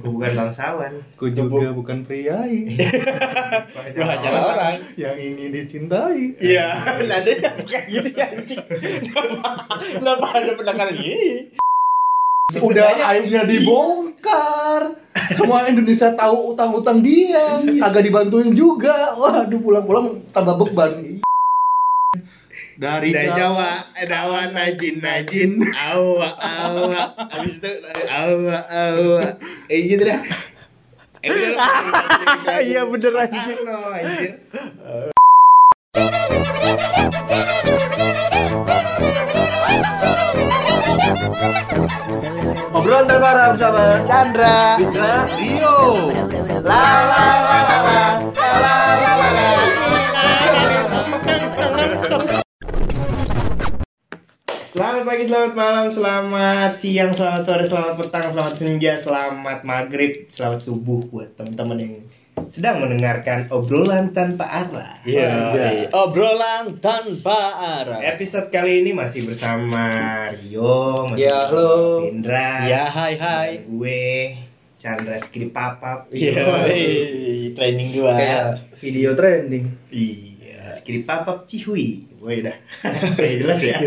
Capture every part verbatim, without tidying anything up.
Aku bukan bangsawan. Ku juga bukan priai. Aku hanyalah orang yang ingin dicintai. Iya, nadanya bukan gitu ya anjing. Kenapa ada penekanan ini? Udah aibnya dibongkar. Semua Indonesia tahu utang-utang dia. Kagak dibantuin juga. Waduh, pulang-pulang tambah beban. Dari Dari Jawa, Jawa, dawan najin najin, awa awa, abis itu awa awa, eh gitu dah. Eh bener, iya bener anjir. no anjir. Obrolan terbaru bersama Chandra, Fitra, Rio. la la la la la la la la la. Selamat pagi, selamat malam, selamat siang, selamat sore, selamat petang, selamat senja, selamat maghrib, selamat subuh buat teman-teman yang sedang mendengarkan obrolan tanpa arah. Iya, obrolan tanpa arah. Episode kali ini masih bersama Rio, masih Ya, bersama halo. Indra, Ya, hai hai. dan gue Chandra Skrip Papap. Iya, training dua. Kayak video trending. Iya, Skrip Papap Cihui. Gue udah kayak jelas ya.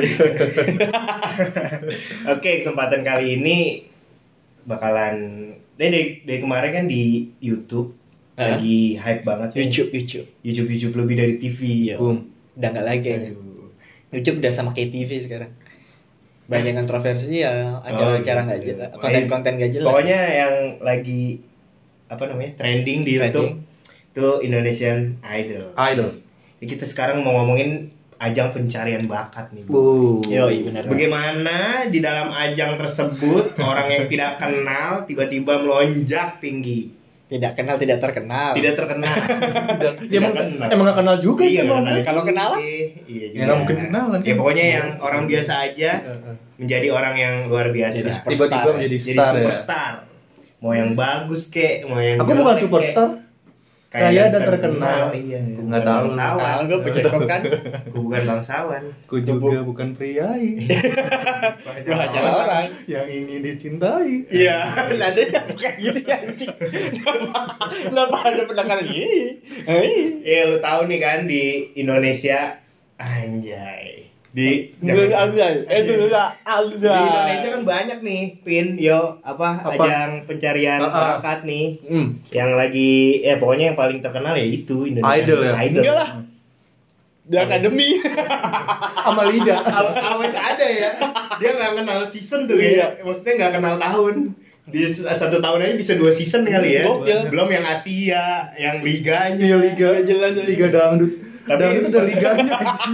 Oke, kesempatan kali ini bakalan dari, dari, dari kemarin kan di YouTube Hah? lagi hype banget kan? YouTube, YouTube. YouTube YouTube lebih dari T V. Iya. Boom. Udah nggak lagi kayaknya. Aduh. YouTube udah sama kayak T V sekarang. Banyak yang kontroversi ya, Oh, acara-acara nggak gitu. jelas, konten-konten nggak jelas. Pokoknya yang lagi apa namanya trending di YouTube itu Indonesian Idol. Idol. Jadi kita sekarang mau ngomongin ajang pencarian bakat nih. Bu. Yo, iya benar. Bagaimana di dalam ajang tersebut orang yang tidak kenal tiba-tiba melonjak tinggi, Tidak kenal, tidak terkenal. tidak terkenal. Dia emang kenal. emang gak kenal juga sih Iya, emang. kenal Kalau juga kenalan? sih. Iya juga. Ya nggak mungkin kenalan. Ya pokoknya yang orang biasa aja Heeh. menjadi orang yang luar biasa. Jadi super- Tiba-tiba Superstar, menjadi Jadi star ya. superstar. Mau yang bagus kek, mau yang Aku bukan jelek, superstar. kek. Kayak Kaya yang dan terkenal. Iya, Nggak bukan tahu. bangsawan. Nah, gue pecekok kan. Aku bukan bangsawan. Ku juga bukan priai. Aku hanyalah orang yang ingin dicintai. Iya, Nadanya bukan gitu ya anjing. Kenapa ada penekanan ini? Iya, lu tahu nih kan di Indonesia, anjay. Di Enggak ada. Eh dulu lah, di Indonesia kan banyak nih, Pin, yo, apa, Apa? ajang pencarian Ah, ah. bakat nih. Hmm. Yang lagi, ya pokoknya yang paling terkenal ya itu Indonesia Idol ya? Idol. Enggak lah. Di akademi. Sama Lida. Al- Always ada ya. Dia nggak kenal season tuh ya. Maksudnya nggak kenal tahun. Di satu tahun aja bisa dua season kali ya. Gokil. Belum yang Asia, yang liganya. Iya liga Jelas, liga dangdut. Tapi- Dangdut ada liganya.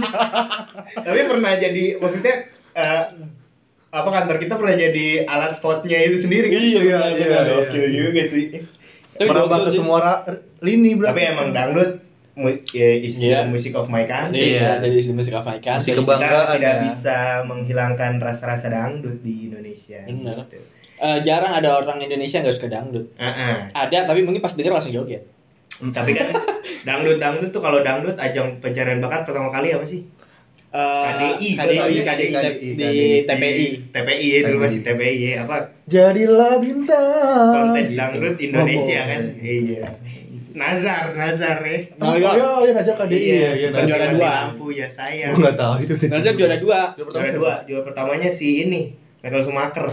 Tapi pernah jadi, maksudnya eh, apa kantor kita pernah jadi alat spotnya itu sendiri kan? Iya, iya, iya, Gokil iya. juga sih. Tapi Merambah gokil ke sih. semua ra- lini berarti. Tapi emang dangdut mu- ya, is the Iya. music of my country. Iya, dari sini musik apa kan? Musik Kita kebanggaan tidak ya. bisa menghilangkan rasa-rasa dangdut di Indonesia. Benar. Gitu. Eh, jarang ada orang Indonesia yang nggak suka dangdut. Ah, ah. Ada, tapi mungkin pas denger langsung joget. Tapi kan dangdut dangdut tuh kalau dangdut ajang pencarian bakat pertama kali apa sih? Eh, K D I, K D I, betul, K D I, K D I, di T P I. T P I ya dulu masih T P I ya apa Jadilah bintang. kontes Gitu. dangdut Indonesia Oh, kan? oh. Iya. Nazar, Nazar ya. Oh iya, iya ngajak K D I ya. Iya, suka juara mati dua. lampu ya saya. Gue nggak tahu itu. Nazar juara dua. Juara dua, juara pertamanya si ini, Michael Schumacher.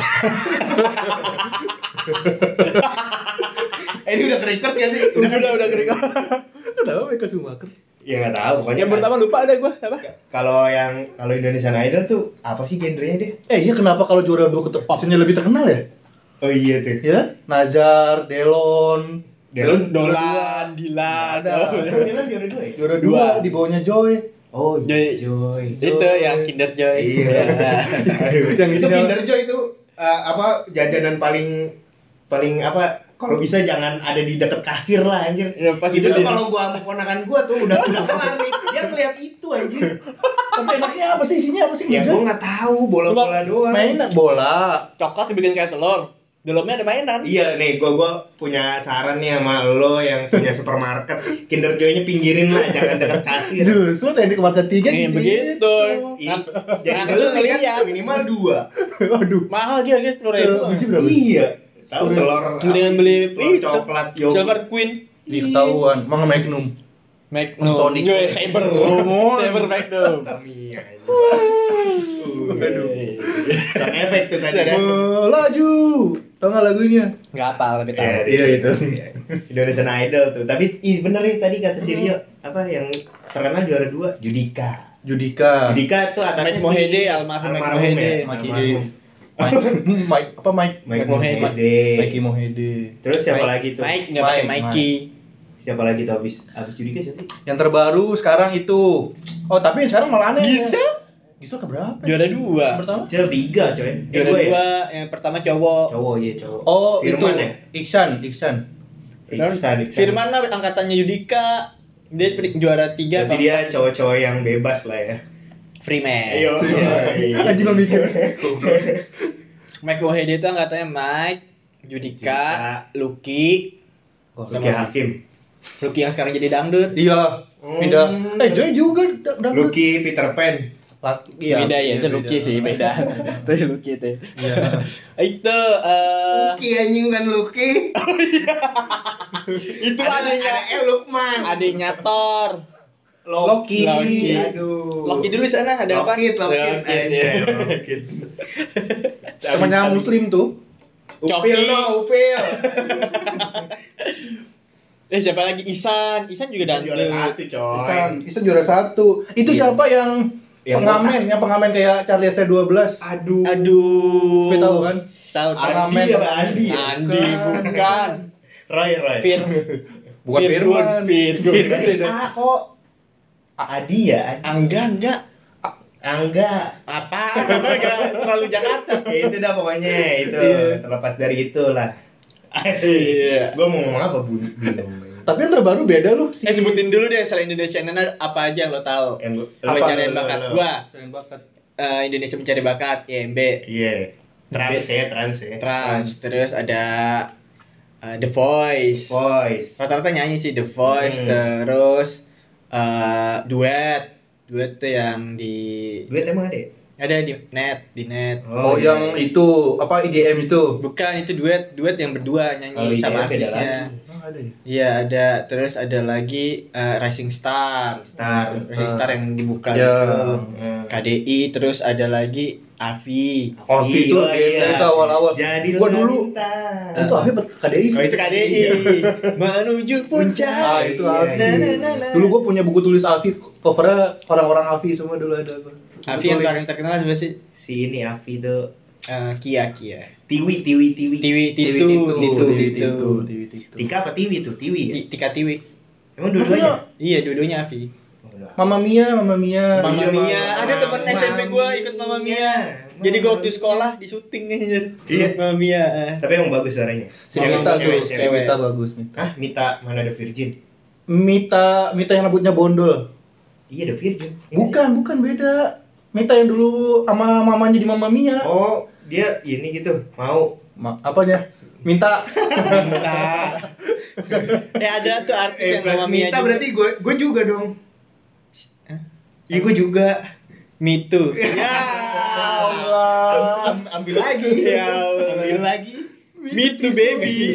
eh, ini udah ke-record ya sih? Udah, udah, udah kering. Kenapa mereka Schumacher? Ya nggak tahu, pokoknya Yang pertama lupa ada gua, apa? kalau yang kalau Indonesian Idol tuh apa sih genrenya dia? Eh iya kenapa kalau juara dua ketep sini lebih terkenal ya? Oh iya tuh. Ya, Nazar, Delon, Delon Dolan, Dilan. Ada. Oh, Delon Delon juara dua ya? juara Dua. dua di bawahnya Joy. Oh Joy. Joy. Itu yang Kinder Joy. Iya. Aduh, Yang itu isinya- Kinder Joy itu uh, apa jajanan paling paling apa kalau bisa jangan ada di dekat kasir lah anjir. Ya, pas itu itu tuh di- kalau gua sama ponakan gua tuh udah udah kelar nih. Dia ngeliat itu anjir. Tapi enaknya apa sih isinya apa sih? Ya gua enggak tahu, bola-bola doang. Mainan bola. Coklat dibikin kayak telur. Dalamnya ada mainan. Iya nih, gua gua punya saran nih sama lo yang punya supermarket. Kinder Joy-nya pinggirin lah, jangan dekat kasir. Justru teknik marketingnya Nih, di begitu. Ih, Nah, jangan nah, beli lu kan lihat. minimal dua. Waduh. Mahal dia guys, sepuluh ribu. Biji berapa? Iya. Tahu telur. Mendingan beli telur itu, coklat yogurt. Silver Queen. Di ketahuan, Mang Magnum. Magnum. Sonic. Gue Saber. Saber Magnum. Tamiya. Aduh. Sound efek tuh tadi. Ada. Melaju. Tahu nggak lagunya? Enggak apa, tapi tahu. Iya, Iya, itu. Indonesian Idol tuh. Tapi ih bener nih tadi kata si Rio apa yang terkenal juara dua Judika. Judika. Judika tuh atasnya Mike Mohede, almarhum Mike Mohede. ya, Mike almarhum. Mike, Mike apa Mike? Mike Mohede. Mohede. Mikey Mohede. Terus siapa Mike- lagi tuh? Mike enggak pakai Mike, Mikey. Siapa lagi tuh abis abis Judika siapa? Yang terbaru sekarang itu. Oh, tapi sekarang malah aneh. Gisel? Gisel ke berapa? Juara dua. Yang pertama? Siapa tiga coy? Eh, Juara dua ya? dua, yang pertama cowok. Cowok iya cowok. Oh, Firman itu ya? Iksan, Iksan. Iksan, Iksan. Firman mah angkatannya Judika. Dia per- juara tiga. Berarti dia cowok-cowok yang bebas lah ya. Freeman. Ayo. Lagi mau mikir. Mike Mohede itu angkatannya Mike, Judika, Lucky, Lucky Hakim. Lucky yang sekarang jadi dangdut. Iya. Pindah. Hmm. Eh, Joy juga da- dangdut. Lucky Peter Pan. Lak- Iya. Beda ya, itu beda. Lucky sih, beda. Itu Lucky itu. Iya. Itu eh Lucky anjing kan Lucky. itu Ada adanya ada El Lukman. adanya Thor. Loki. Loki. Aduh. Loki dulu sana ada apa? Lokit, Lokit. Lokit, ya. Lokit. Temannya Muslim tuh. Upil Coki. no, Upil. Eh siapa lagi? Isan, Isan juga Juara dangdut. satu coy. Isan, Isan juara satu. Itu Iya. siapa yang Yang pengamen, yang pengamen kayak Charlie S T dua belas. Aduh. Aduh. Tapi tahu kan? Tahu Andi Pengamen. apa Andi? ya? Andi bukan. Roy Roy. Fir. Bukan Firman. Firman. Firman. Firman beda. Ah kok Adi ya? Adi. Angga enggak. Angga. Apa? Enggak terlalu Jakarta. Ya itu dah pokoknya itu. Iya. Terlepas dari itu lah. Iya. Gue mau ngomong apa bu? Bingung. Tapi yang terbaru beda loh. Si Eh sebutin dulu deh selain Indonesia Nana apa aja yang lo tahu? Yang gua- Apa apa? pencarian Lo, bakat lo, lo. gua? Selain bakat. eh, Indonesia Mencari Bakat I M B. Iya. Trans ya, trans ya. Trans. Terus ada eh, The Voice. Voice. Rata-rata nyanyi sih The Voice. Hmm. Terus eh, duet. Duet tuh yang di Duit emang ada ya? ada di net, di net. Oh, iya. yang itu apa I D M itu? Bukan itu duet, duet yang berdua nyanyi Kalau sama I D M beda artisnya. lagi. Oh, ada ya? Iya ada, terus ada lagi eh, Rising Star. Star. Rising Star yang dibuka Ya. gitu. Hmm. K D I, terus ada lagi Avi. Oh, itu Iya, legenda iya. itu awal-awal. Jadi Gua dulu bintang. itu Afif K D I sih. Oh itu K D I. Menuju puncak. Ah, itu Iya, Afi. Na, na, na, na. Dulu gua punya buku tulis Afi, covernya orang-orang Afi semua dulu ada. Avi yang paling terkenal sebenarnya sih Si ini Avi tuh eh, Kia Kia. Tiwi Tiwi Tiwi. Tiwi Titu Tiwi Titu Tiwi Titu. Titu, Tiwi Titu. Tika apa Tiwi tuh? Tiwi ya? Ti- Tika Tiwi. Emang dua-duanya? Iya dua-duanya Avi. Mama Mia, Mama Mia. Mama Iya, Mia, Mama- ada temen S M P gua ikut Mama Mia. Jadi gua waktu sekolah di syuting aja. Iya. Mama Mia. Tapi emang bagus suaranya. Si Emang Mita cewek, tuh, cewek. si Mita bagus Mita. Hah? Mita mana ada Virgin? Mita, Mita yang rambutnya bondol. Iya ada Virgin. Bukan, bukan beda. Mita yang dulu sama mamanya di Mama Mia. Oh, dia ini gitu. Mau. Ma apanya? Minta. Minta. Eh ada tuh artis Eh, yang Mama Mia Mita juga. berarti gue gue juga dong. Iya gue juga. Me too. Ya Allah. Am- ambil lagi. Ya Allah. Ambil lagi. Me too baby.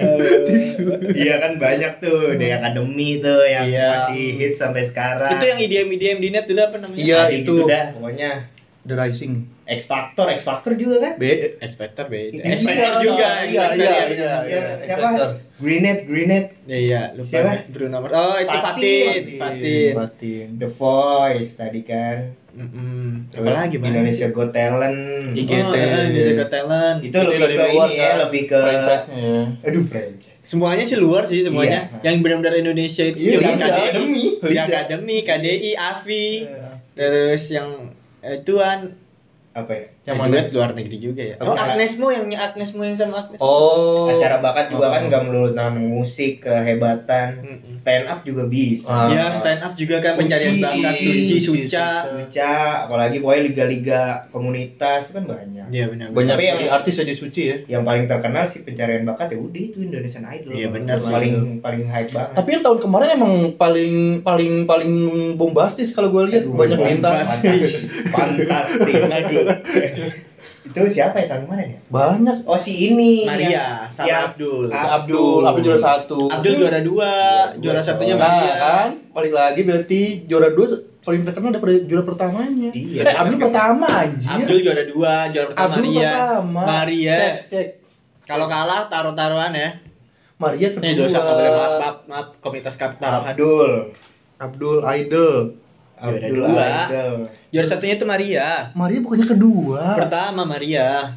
Iya kan banyak tuh The Academy tuh yang Iya. masih hit sampai sekarang. Itu yang I D M I D M di net dulu apa namanya? Iya, Nah, itu. gitu dah pokoknya. The Rising. X Factor, X Factor juga kan? B. X Factor beda. Iya, X Factor juga. iya, X iya, Factor. iya, iya. Siapa? Greenet, Greenet, Ya, iya, lupa. Siapa? Bruno Mars. Oh, itu Fatin. Fatin. Fatin. Batin. The Voice tadi kan. Mm-mm. Terus Apa lagi, Bang? Indonesia Got Talent. I G T. Oh, iya, Indonesia Got Talent. Itu lebih ke ini ya, lebih ke franchise-nya ya. aduh franchise. Semuanya sih luar sih semuanya. Iya. Yang benar-benar Indonesia itu Iya, yang Liga, K D I, Academy. yang Liga. Akademi, K D I, Avi. Iya. Terus yang eh, tuan Apa ya? yang Yang duet mana? luar negeri juga ya. Oh, Acara- Agnesmo yang Agnesmo yang sama Agnes. Oh. Acara bakat juga Oh. kan nggak melulu tentang musik, kehebatan. Mm-mm. Stand up juga bisa. Ah. Ya, stand up juga kan pencarian Suci, bakat, Suci, Suca. Suca, apalagi pokoknya liga-liga komunitas itu kan banyak. Iya benar. Banyak Tapi yang- yang artis jadi suci ya. Yang paling terkenal sih pencarian bakat ya udah itu Indonesian Idol. Iya, benar sih. Paling paling hype banget. Tapi yang tahun kemarin emang paling paling paling bombastis kalau gue lihat Aduh, banyak bombastis. bintang. Fantastis. Fantastis. Lagu. Itu siapa ya tahun kemarin ya? Banyak. Oh si ini. Maria yang- sama yang- Abdul. Abdul, Abdul juara satu. Abdul juara dua, juara satunya Nah, Maria. kan balik lagi berarti juara dua paling terkenal daripada juara pertamanya. Iya. Eh, Abdul pertama anjir. Abdul juara dua, juara pertama Abdul Maria. pertama. Maria. Cek, cek. Kalau kalah taruh-taruhan ya. Maria kedua. Nih dosa nggak boleh maaf, maaf, maaf komunitas taruhan. Abdul. Abdul Idol. Juara Abdul dua. Idol. Juara satunya itu Maria. Maria bukannya kedua. Pertama Maria.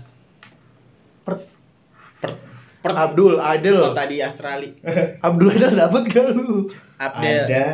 Per- Per, per, Abdul Idol. oh, tadi Australia. Abdul Idol dapat gak lu? Abdel. Ada.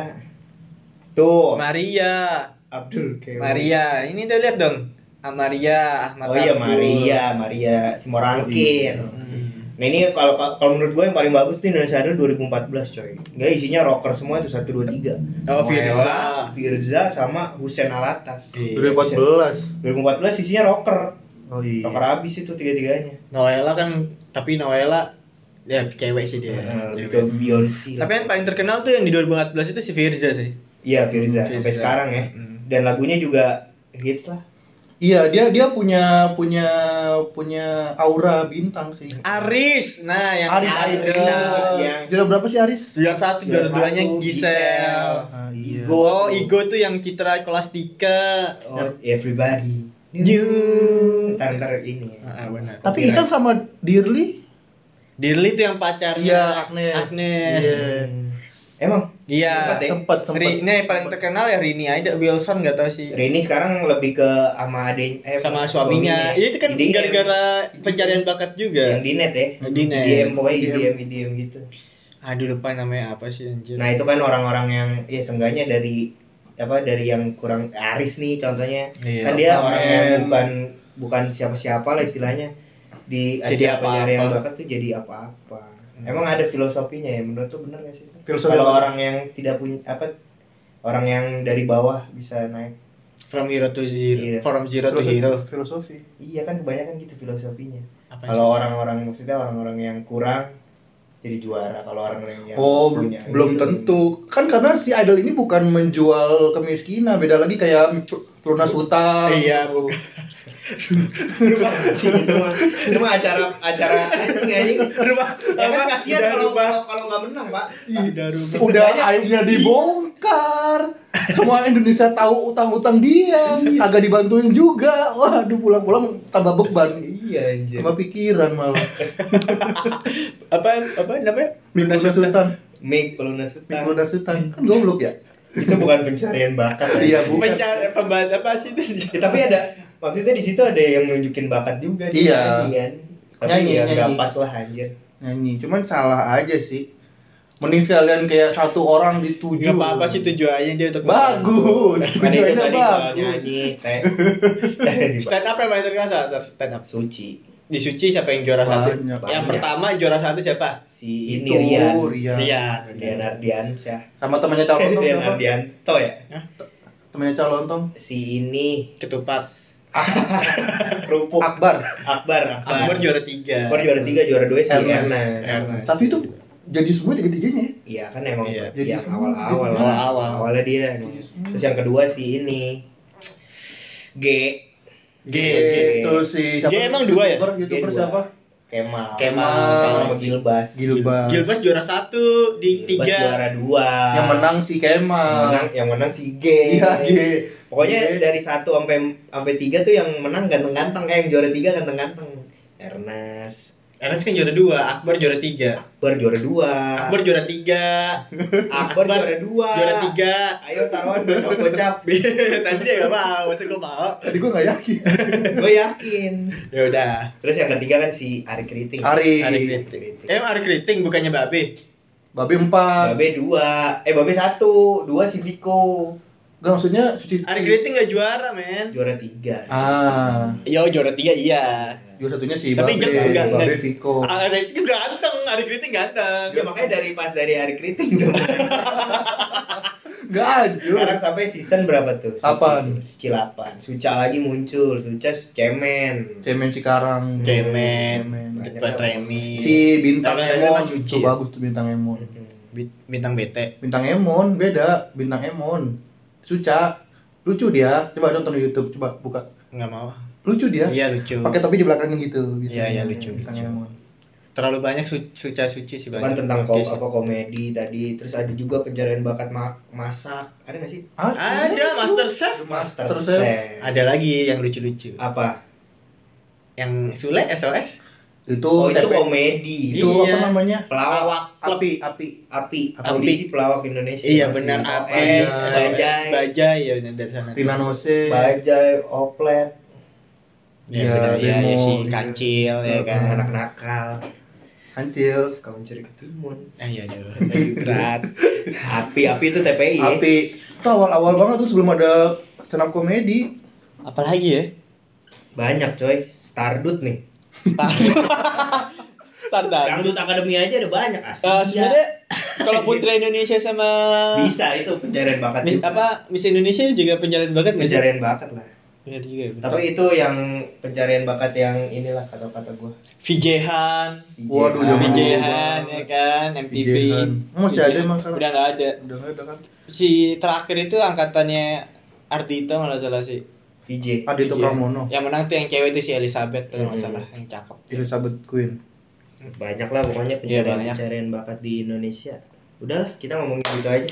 Tuh. Maria. Abdul kayak. Maria. Ini udah lihat dong. Ah, Maria, Ahmad Oh iya Abdul. Maria, Maria Simorangkir. Hmm. Nah ini kalau kalau menurut gue yang paling bagus tuh Indonesia Idol dua ribu empat belas coy. Enggak isinya rocker semua itu satu dua tiga. Oh, Firza. Firza sama Hussein Alatas. Iya. dua ribu empat belas. dua ribu empat belas isinya rocker. Oh iya. Rocker abis itu tiga-tiganya. Noella kan, tapi Noella ya cewek sih dia. Nah, lebih Cewek. ke Beyonce. Tapi yang paling terkenal tuh yang di dua ribu empat belas itu si Firza sih. Iya Firza Firza. sampai sekarang ya. Hmm. Dan lagunya juga hits lah. Iya, dia dia punya punya punya aura bintang sih. Aris, nah yang Aris yang- Idol. yang- Juara berapa sih Aris? Juara satu, juara Juara duanya satu, Gisel. Ah, iya. Igo. Oh, Igo tuh yang Citra Kolastika. Oh, everybody. New. Ntar ntar ini. Ya. Ah, benar. Tapi Isan sama Dirli? Dirli tuh yang pacarnya Iya, Agnes. Agnes. Iya. Emang Iya. Sempet ya? Sempet sempet. Ri- Ini yang paling terkenal ya Rini Aida, Wilson nggak tahu sih. Rini sekarang lebih ke sama adenya eh, Sama suaminya. Iya itu kan I D M. gara-gara pencarian bakat juga. yang di net ya. Di net. I D M pokoknya I D M I D M gitu. Aduh lupa namanya apa sih anjir. Nah, itu kan orang-orang yang ya seenggaknya dari apa dari yang kurang Aris nih contohnya. Iya. Kan dia Amen. orang yang bukan bukan siapa-siapa lah istilahnya. Di Jadi acara apa-apa. pencarian bakat tuh jadi apa-apa. Emang ada filosofinya ya menurut tuh bener gak sih? Filosofi Kalau apa? orang yang tidak punya apa orang yang dari bawah bisa naik. From hero to zero. Iya. From zero to Filosofi- hero. Filosofi. Iya kan kebanyakan gitu filosofinya. Apa Kalau orang-orang maksudnya orang-orang yang kurang jadi juara. Kalau orang yang Oh, punya belum gitu. tentu. Kan karena si idol ini bukan menjual kemiskinan, beda lagi kayak lunas utang. Iya, bukan. itu mah itu mah acara acara ini anjing. Rumah Ya kan apa? kasihan Udah kalau rubah. kalau kalau nggak menang, Pak. Udah rubah. Udah aibnya dibongkar. Semua Indonesia tahu utang-utang dia, kagak dibantuin juga. Waduh, pulang-pulang tambah beban. Iya anjir. Tambah pikiran malah. Apa apa namanya? Lunas utang. Make pelunas utang. Lunas utang. Kan goblok ya? Itu bukan pencarian bakat. Iya, anjing. bukan. Pencari pembahasan apa sih itu? Ya, tapi ada maksudnya di situ ada yang nunjukin bakat juga di Iya. nyanyi kan. Tapi Nyanyi, ya nggak nyanyi. pas lah anjir. Nyanyi, cuman salah aja sih. Mending sekalian kayak satu orang dituju. Gak apa-apa sih tujuannya dia untuk Bagus. Kan itu Tujuannya tadi soal bagus. nyanyi, saya stand up yang paling terkenal stand up. Suci. Di Suci siapa yang juara satu? Banyak, Yang banyak. pertama juara satu siapa? Si ini Itu, Rian. Rian. Rian. Rian Ardiansyah. Sama temannya calon tong Rian siapa? Ardianto ya. Temannya calon tong. Si ini Ketupat. kerupuk Akbar. Akbar Akbar. Akbar juara tiga. Akbar juara tiga, juara dua si Ernest. Ernest. Ernest. Tapi itu jadi semua tiga-tiganya ya. Iya kan emang Iya. Jadi yang semua. awal-awal. Jadi awal-awal. Awalnya dia. Jadi semua. Terus yang kedua si ini G. G. Itu si siapa? Dia emang dua ya? YouTuber, YouTuber Dia dua. siapa? Kemal. Kemal. sama Gilbas. Gilbas. Gilbas juara satu di Gilbas tiga. juara dua. Yang menang si Yang Kemal. menang, yang menang si G. Iya, G. Pokoknya G. dari satu sampai sampai tiga tuh yang menang ganteng-ganteng, eh yang juara tiga ganteng-ganteng. Ernest, Ernest kan juara dua, Akbar juara tiga. Akbar juara dua. Akbar juara tiga. Akbar juara dua. Juara tiga. Ayo taruhan gocap-gocap. Tadi dia gak mau, masa gue mau. Tadi gua nggak yakin. Gue yakin. Ya udah. Terus yang ketiga kan si Ari Kriting. Ari. Ari Kriting. Eh, Ari Kriting bukannya Babe. Babe empat. Babe dua. Eh Babe satu. Dua si Viko. Enggak maksudnya suci. Ari Kriting gak juara, men. Juara tiga. Ah. Yo juara tiga iya. Juara satunya si Tapi Babe. enggak- enggak- Babe enggak. Viko. Ari Kriting ganteng, Ari Kriting ganteng. Ya makanya dari pas dari Ari Kriting dong. Enggak anjur. Sekarang sampai season berapa tuh? Apaan? Cilapan. Suca lagi muncul. Suca cemen. Cemen Cikarang. Cemen, Cemen. Depan Remi. Si Bintang Tapi ada Emon. Mas Suci Itu ya? bagus tuh Bintang Emon. Bi- Bintang Bete. Bintang Emon beda. Bintang Emon. Suca. Lucu dia. Coba nonton di YouTube. Coba buka. Enggak mau. Lucu dia. Iya lucu. Pakai topi di belakangnya gitu. Iya, iya, lucu, Tanya lucu. emang. Terlalu banyak su suca suci sih Kan banyak. tentang ko Oke sih. apa komedi tadi, terus ada juga pencarian bakat ma masak. Ada nggak sih? Ah, Ada Master Chef. Master Terus Chef. Ada lagi yang lucu-lucu. Apa? Yang Sule S O S. Itu Oh, itu T P. komedi. Itu Iya. apa namanya? Pelawak. Api, api. Api. Api. Api sih pelawak Indonesia. Iya benar. A A S, S, Bajai. Bajai ya dari sana. Rina Nose. Bajai, Oplet. Ya, Iya, benar, ya, ya, Bemo, si gitu. Kancil ya kan. Anak nakal. Kancil. Suka mencuri ketimun. Ah iya iya. Lagi berat. Api, api itu T P I ya. Api. Itu awal-awal banget tuh sebelum ada stand up komedi. Apalagi ya? Banyak coy. Stardut nih. Standar. Dangdut Akademi aja ada banyak asli. Eh, sebenarnya kalau Putra Indonesia sama Bisa itu pencarian bakat Miss, juga. apa Miss Indonesia juga pencarian bakat nggak sih? Pencarian bakat lah. Benar juga. betul. Tapi itu yang pencarian bakat yang inilah kata-kata gua. Vijehan, Waduh, Ah, zaman dulu Vijehan banget. ya kan, M T V. Vijehan. Masih ada emang sekarang? Udah nggak ada. Udah nggak ada kan? Si terakhir itu angkatannya Ardito malah salah sih. V J. Adito Vijehan. Pramono. Yang menang tuh yang cewek itu si Elizabeth tuh Hmm. masalah yang cakep. Elizabeth Queen. Banyak lah pokoknya Iya, pencarian, banyak. pencarian bakat di Indonesia. Udahlah, kita ngomongin gitu aja.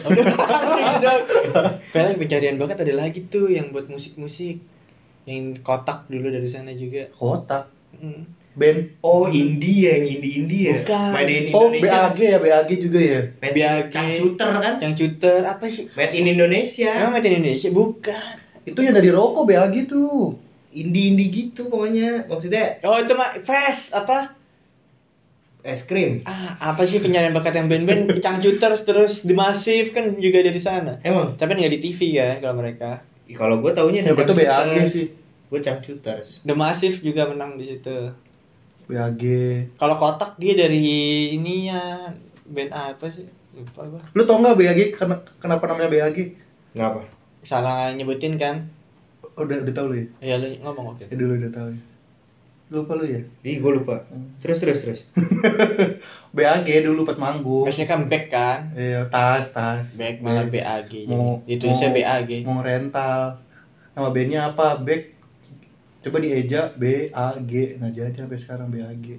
Film pencarian bakat ada lagi tuh yang buat musik-musik. Yang kotak dulu dari sana juga. Kotak. Hmm. Band. Oh, indie ya, yang indie-indie ya. Bukan. Made in Oh, Indonesia. B A G ya, B A G juga ya. Made B A in G. Cangcuter kan? Yang shooter apa sih? Made in Indonesia. Emang made in Indonesia? Bukan. Itu yang dari rokok B A G tuh. Indie-indie gitu pokoknya. Maksudnya Oh itu mah Fast apa? es krim. Ah apa sih pencarian bakat yang band-band Cangcuters terus The Massive kan juga dari sana. Emang? Tapi nggak di T V ya kalau mereka. Ih, kalau gue taunya Ya betul B A G sih. Gue Cangcuters. The Massive juga menang di situ. B A G. Kalau kotak dia dari ininya band apa sih? Lupa gua. Lu tau nggak B A G ken- kenapa namanya B A G? Ngapa? Salah nyebutin kan? Oh, udah udah tahu lu ya? Ya lu ngomong oke. Ya dulu udah tahu ya. Lupa lu ya? Ih, gue lupa. Terus terus terus. B A G dulu pas manggung. Biasanya kan back kan? Iya, tas, tas. Back malah B A G. Mau Jadi ditulisnya mau- B A G. Mau rental. Nama bandnya apa? Back. Coba dieja B A G. Nah, jadi sampai sekarang B A G.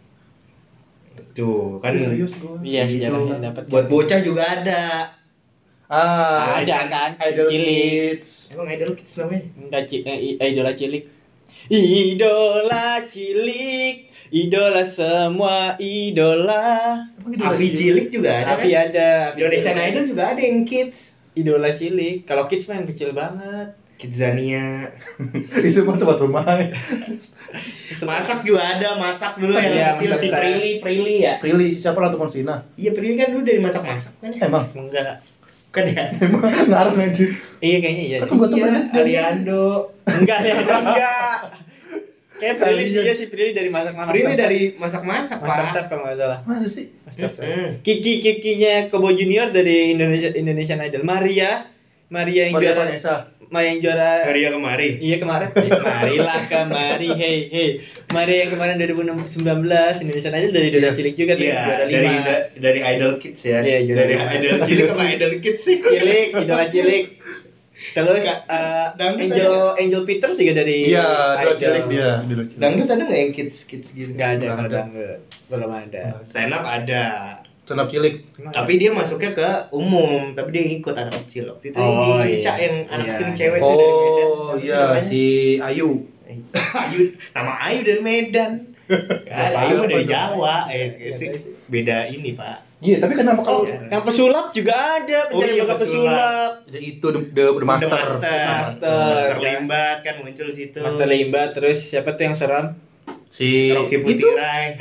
Tuh, kan Serius gua. Iya, gitu. sejarahnya dapat. Buat bocah juga ada. Ah, Ada kan? Idol Cilik. Kids. Emang idol kids namanya? Enggak, Ci- eh, i- idola cilik. Idola cilik, idola semua idola. Emang idola Avi cilik juga ada. Avi kan? ada. Avi Indonesian ada. Idol juga ada yang kids. Idola cilik. Kalau kids mah yang kecil banget. Kidzania. Itu mah tempat bermain. Masak juga ada, masak dulu yang Iya, kecil si masak. Prilly, Prilly ya. Prilly siapa lah tuh Monsina? Iya, Prilly kan dulu dari masak-masak kan ya? Emang Enggak. Kan ya? emang ngarang aja. Iya kayaknya iya. Kan gua tuh Iya, banyak Aliando. Enggak ya, enggak. Kayak Prilly sih Kalian. ya si Prilly dari masak-masak. Prilly dari masak-masak, Master Pak. Chef kalau nggak salah. Masa sih? Master Chef. Hmm. Kiki Kikinya Kobo Junior dari Indonesia Indonesian Idol. Maria, Maria yang Maria juara. Vanessa. Maria yang juara. Maria kemari. Iya kemarin. Eh, marilah kemari, hey hey. Maria yang kemarin dua ribu sembilan belas Indonesian Idol dari Idola Iya. Cilik juga tuh Iya, juara dari lima. dari Idol Kids ya. Iya, juara dari lima. Idol Cilik apa Idol Kids sih? Cilik, Idola Cilik. Terus Nggak, eh, dangdut Angel Angel Peters juga dari Iya, Idola Idol. Cilik dia, Idola Cilik. Dangdut ada nggak yang kids kids gitu? Nggak ada Nggak kalau ada. dangdut. Belum ada. Stand up ada. Stand up cilik. Emang Tapi dia masuknya ke umum, tapi dia ikut anak kecil waktu itu. Oh, si Ica iya. yang anak Iya. kecil cewek tuh dari Medan. Oh Apa sih iya, namanya? si Ayu. Ayu, nama Ayu dari Medan. Gak, Ayu mah dari Jawa. Eh, sih beda ini, Pak. Iya, tapi kenapa Oh, kalau yang pesulap juga ada, Oh, pencari iya, bakat pesulap. pesulap. Ya, itu the, the, the master. The Master. Master. Master Limbat kan muncul di situ. Master Limba, terus siapa tuh yang seram? Si Rocky itu Putirai.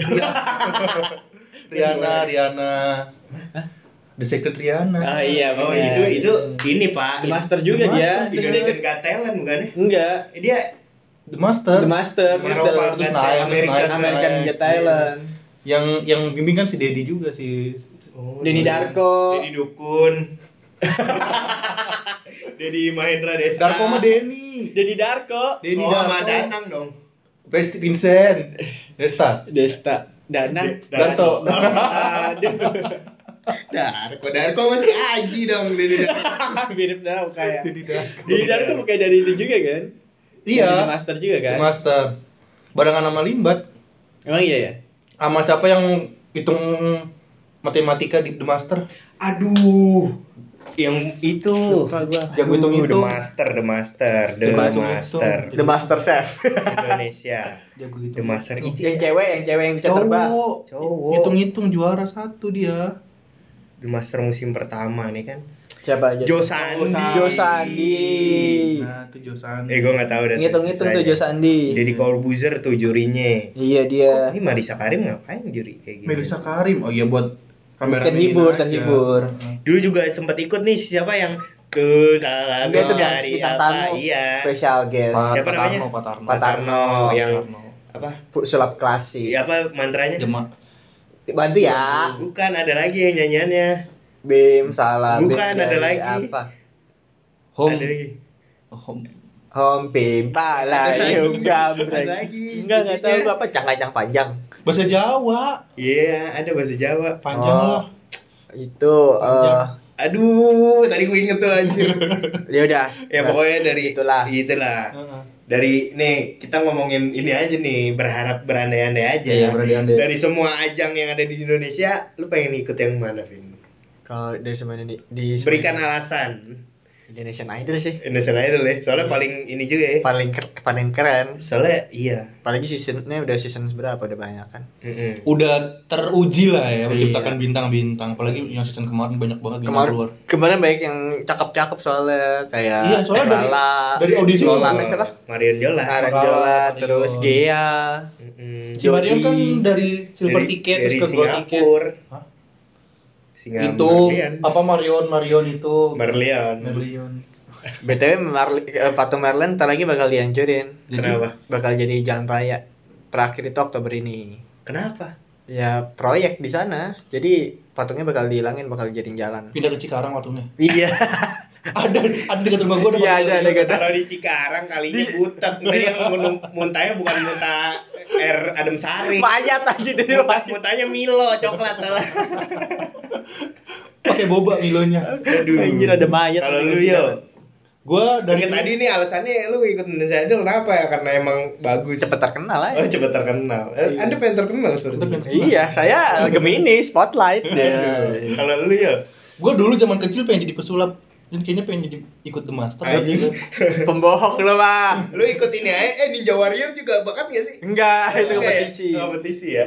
Riana, Riana. The Secret Riana. Ah iya, Oh, benar. itu itu ini, Pak. The Master juga The dia. Master Terus Terus dia dia Got Talent bukan ya? enggak, Eh, Dia The Master. The Master, Di terus Eropa, The- terus Got naik, American, naik, American naik. Got Talent. Yang yang bimbing kan si Dedi juga si Oh, Denny iya. Darko. Denny Dukun. Dedi Mahendra Desta. Darko sama Denny. Jadi Darko, Denny Oh, sama Darko. Danang dong. Pesti Vincent. Desta. Desta, Danang, Darto. Aduh. Darko, Darko masih Aji dong Dedi Darko. Mirip Darko kayak. Denny Darko. Jadi Darko bukan dari itu juga kan? Iya. Jadi master juga kan? Master. Barengan sama Limbat. Emang iya ya? Sama siapa yang hitung matematika di The Master? Aduh, yang itu Lupa gua. Jago The hitung-hitung. Master, The Master, The, The Master. Master, The Master Chef. Indonesia. Jago The hitung. Master itu yang cewek, yang cewek yang bisa terbang. Cowok. Cowok. Hitung-hitung juara satu dia. The Master musim pertama nih kan. Siapa aja? Jo Sandi. Jo Sandi. Nah, itu Josan. Eh gue nggak tahu dah. Ngitung-ngitung tuh Jo Sandi. Deddy Corbuzier tuh jurinya. Iya dia. Oh, ini Marisa Karim ngapain juri kayak gitu? Melisa Karim. Oh iya buat kamera Terhibur, aja. terhibur. Dulu juga sempat ikut nih siapa yang ke dalam Enggak itu dia dari bintang apa? tamu. Iya. Special guest. Pak Siapa namanya? Tarno, Pak Tarno. Pak Tarno yang Tarno. apa? Sulap klasik. Iya apa mantranya? Jema. Bantu ya. Bukan ada lagi yang nyanyiannya. Bim salah. Bukan, Bim ada dari lagi. Apa? Home. Ada lagi. Home. Home Bim pala Ada lagi. yung gambreng. Ada lagi. Enggak enggak tahu gua apa cangkacang panjang. Bahasa Jawa. Iya, ada bahasa Jawa. Panjang Oh. lah. Itu Panjang. eh Aduh, tadi gue inget tuh anjir. ya udah. Ya pokoknya dari Itulah. Itulah. Heeh. Dari nih kita ngomongin ini aja nih, berharap berandai-andai aja. Iya, berandai-andai. Dari semua ajang yang ada di Indonesia, lu pengen ikut yang mana, Vin? Kalau dari semuanya di, di Berikan alasan. Indonesian Idol sih Indonesian Idol ya, soalnya paling ini juga ya. paling ker- paling keren. Soalnya iya. Apalagi seasonnya udah season berapa udah banyak kan. Mm-mm. Udah teruji lah ya menciptakan Iya. bintang-bintang. Apalagi yang season kemarin banyak banget bintang Kemarin keluar. kemarin banyak yang cakep-cakep soalnya kayak Iya, soalnya dari- Lala, dari audisi Lola juga. siapa? Marion Jola. Karen Lala, Jola, Marion. terus Gea. Mm-mm. Si Marion kan dari silver Dari- ticket dari terus ke gold ticket. Singapura. Hah? Singapura. Itu Marlian. apa Marion Marion itu Marlion. Marion. B T W Marli, eh, patung Merlin ntar lagi bakal dihancurin. Jadi- Kenapa? Bakal jadi jalan raya. Terakhir itu Oktober ini. Kenapa? Ya proyek di sana. Jadi patungnya bakal dihilangin, bakal jadiin jalan. Pindah ke Cikarang waktunya. Iya. ada ada dekat rumah gua ada. Iya, ada, ada, ada. Kalau di Cikarang kalinya butek. Nggak yang mun- muntahnya bukan muntah air adem sari. Mayat aja deh. Muntah, muntahnya Milo coklat salah. Pakai boba Milonya. Aduh. Anjir, ada mayat. Kalau lu yo, Gua dari dari tadi nih alasannya lu ikut Indonesia Idol kenapa ya? Karena emang bagus. Cepet terkenal Oh, aja. cepet terkenal. Eh, Anda pengen terkenal sebenarnya. Anda pengen- Iya, saya Gemini Spotlight. Aduh. Ya. Kalau lu yo, gua dulu zaman kecil pengen jadi pesulap. Dan kayaknya pengen jadi ikut The Master. Anjing. Pembohong lo, Bang. lu ikut ini aja. Eh Ninja Warrior juga bakat nggak sih? Enggak, itu Enggak ya? kompetisi. Kompetisi ya.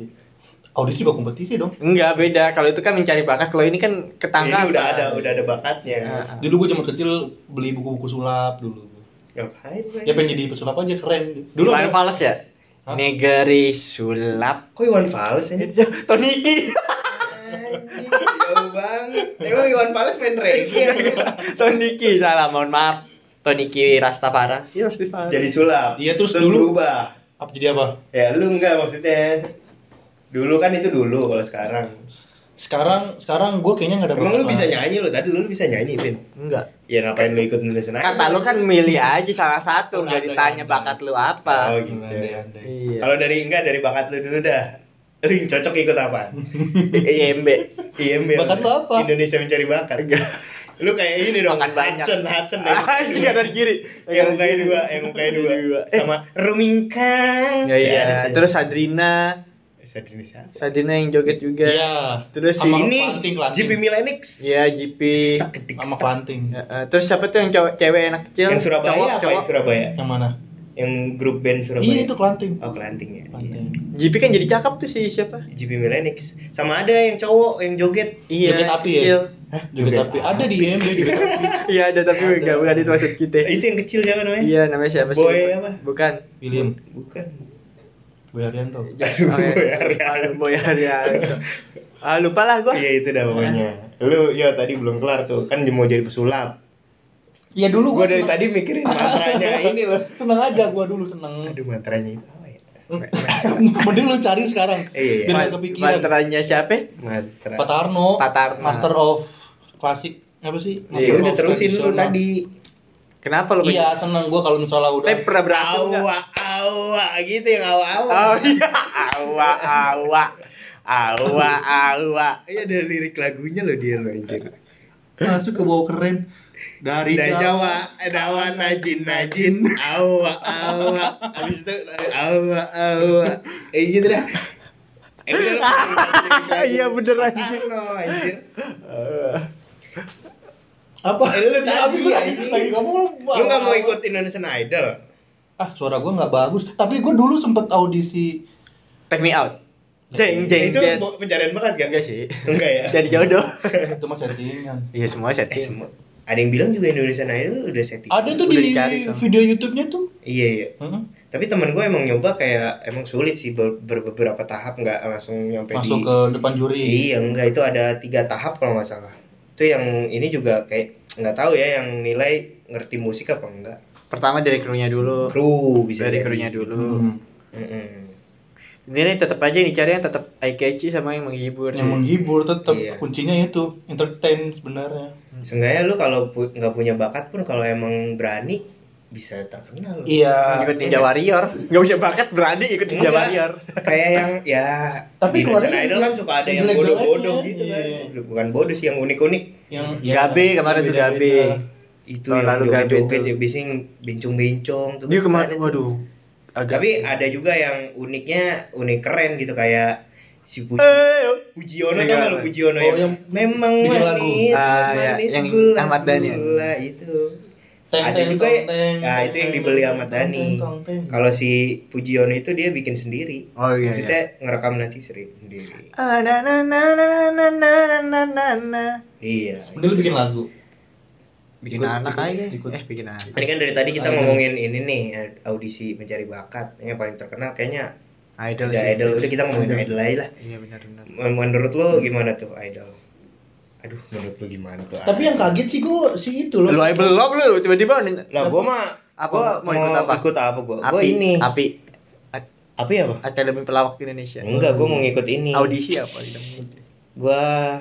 Audisi juga kompetisi dong. Enggak, beda. Kalau itu kan mencari bakat, kalau ini kan ketangkasan. Ini udah ada udah ada bakatnya. Nah. Dulu gua zaman kecil beli buku-buku sulap dulu. Ngapain gue? Ya pengen jadi pesulap aja keren. Dulu Dulu Iwan ada- Fals ya? Hah? Negeri sulap. Kok Iwan Fals ini? Toniki. Anjing, jauh banget. Emang Iwan Fals main reggae ya? Toniki, salah, mohon maaf. Toniki Rastafara. Iya, Rastafara. Jadi sulap. Iya, terus dulu- berubah. apa jadi apa? Ya lu enggak maksudnya. Dulu kan itu dulu, kalau sekarang. Sekarang sekarang gua kayaknya nggak ada Emang lu bakat bisa lah. nyanyi lu tadi lu bisa nyanyi, Vin. Enggak. Ya ngapain lu ikut Indonesia Idol? Kata lu kan milih aja salah satu, Oh, nggak andai, ditanya andai. bakat lu apa. Oh gitu. Andai-andai. Iya. Kalau dari enggak dari bakat lu dulu dah. Lu yang cocok ikut apa? I M B. I M B. Bakat lu apa? Indonesia mencari bakat. Lu kayak ini dong. Makan banyak. Hudson, Hudson. Anjing kanan kiri. Yang mukanya dua, yang mukanya dua. Eh. Sama Rumingkang. Ya iya. Terus Sadrina, Sadrina siapa? Sadrina yang joget juga. Iya. Terus si Sama Ini Klanting, Klanting. G P Milenix. Iya, G P. Sama Klanting. Ya, eh, terus siapa tuh yang cowok cewek anak kecil? Yang Surabaya Cowok, apa cowok. yang Surabaya? Yang mana? Yang grup band Surabaya. Iya itu Klanting. Oh, Kelanting ya. Klanting. G P kan jadi cakep tuh si siapa? G P Milenix. Sama ada yang cowok yang joget. Iya, Joget api ya? kecil. Juga tapi ada di I M B juga tapi. Iya, ada tapi Ada. enggak bukan itu maksud kita. Itu yang kecil siapa namanya? Iya, namanya siapa sih? Boy apa? Bukan. William Bukan. Boy Haryanto. Oh, ya. Boy Haryanto. Ah, lupa lah gua. Iya itu dah pokoknya. Lu ya tadi belum kelar tuh. Kan mau jadi pesulap. Iya dulu Gua gua dari seneng- tadi mikirin mantranya ini loh. seneng aja gua dulu seneng. Aduh mantranya itu apa ya? Mending lu cari sekarang. Iya, iya. Biar Ma- nggak kepikiran. Mantranya siapa? Mantra. Pak Tarno, Pak Tarno. Master of Klasik apa sih? Iya Master udah of terusin lu Tradisional. tadi. Kenapa lu? Iya seneng gua kalau misalnya udah. Tapi pernah berhasil nggak? Awa awa gitu yang awa awa. Oh iya, awa awa. Awa awa. Iya ada lirik lagunya loh dia loh anjir. Masuk ke bawah keren. Dari, Dari Jawa. Jawa, dawa najin najin, awa awa, abis itu awa awa, eh gitu dah. Eh, udah lo. Iya, bener, anjir. Lo, anjir. Apa? Eh, lu tadi, Tapi gua lagi, anjing. lagi ngomong Lu nggak mau ikut Indonesian Idol? Ah, suara gua nggak bagus. Tapi gua dulu sempet audisi. Take me out. Jeng jeng Itu jeng. bu- pencarian bakat gak? Enggak sih. Enggak ya? Jadi jodoh. Itu mah settingan. Iya, semua Eh, setting. semua. Ada yang bilang juga Indonesian Idol udah setting. Ada tuh Udah di dicari tuh. video YouTube-nya tuh. Iya iya. Heeh. Tapi temen gue emang nyoba kayak emang sulit sih ber, ber- beberapa tahap nggak langsung nyampe Masuk di. ke depan juri. Iya enggak, itu ada tiga tahap kalau nggak salah. Itu yang ini juga kayak nggak tahu ya yang nilai ngerti musik apa enggak. Pertama dari krunya dulu. Kru bisa Dari jadi. krunya dulu. Hmm. Mm-mm. Ini tetap aja yang dicari yang tetap eye catchy sama yang menghibur. Yang menghibur tetap Iya. kuncinya itu entertain sebenarnya. Seenggaknya lu kalau pu- nggak punya bakat pun kalau emang berani bisa terkenal. Iya. Ikut Ninja Warrior. Enggak punya bakat berani ikut Ninja Enggak. Warrior. Kayak yang ya Tapi di keluarnya Indonesian Idol kan suka ada yang jelek-jeleknya, bodoh-bodoh gitu iya. kan. Bukan bodoh sih, yang unik-unik. Yang Gabe kemarin tuh beda-beda. Gabe. Itu Tahun yang lalu Gabe joget-joget tuh. ya biasanya bincung-bincung tuh. Dia kemarin Ada tuh. waduh. Agak. Tapi ada juga yang uniknya unik keren gitu kayak si Puji Eh, Pujiono Yang tau mana? nggak lu Pujiono Oh, yang memang bikin lagu. manis, Ah, ya, manis yang gula, Ahmad Dhani. gula itu. Teng, Ada teng, juga tong, ya, teng, nah itu yang dibeli Ahmad tong, Dhani. teng, tong, teng. Kalau si Pujiono itu dia bikin sendiri. Oh iya. Maksudnya iya. ngerekam nanti sendiri. Ah, na na na na na na na na na na. Iya. Mending lu bikin lagu. Bikin Ikut- anak ikut- aja. ikut. Eh, bikin anak. Ini kan dari tadi kita Idol. ngomongin ini nih audisi mencari bakat. Yang paling terkenal kayaknya Idol udah sih. idol. Udah kita ngomongin Idol. idol aja lah. Iya benar benar. Menurut lo gimana tuh idol? Aduh, menurut lo gimana tuh? Tapi yang kaget sih gua si itu loh. Lu aja belum lu tiba-tiba nih. lah gua mah Apa? gua Mau ikut apa? Ikut apa gua? Gua Api ini. Api Api apa? Akademi Pelawak Indonesia. Enggak, gua mau ngikut ini. Audisi apa di dalamnya? Gua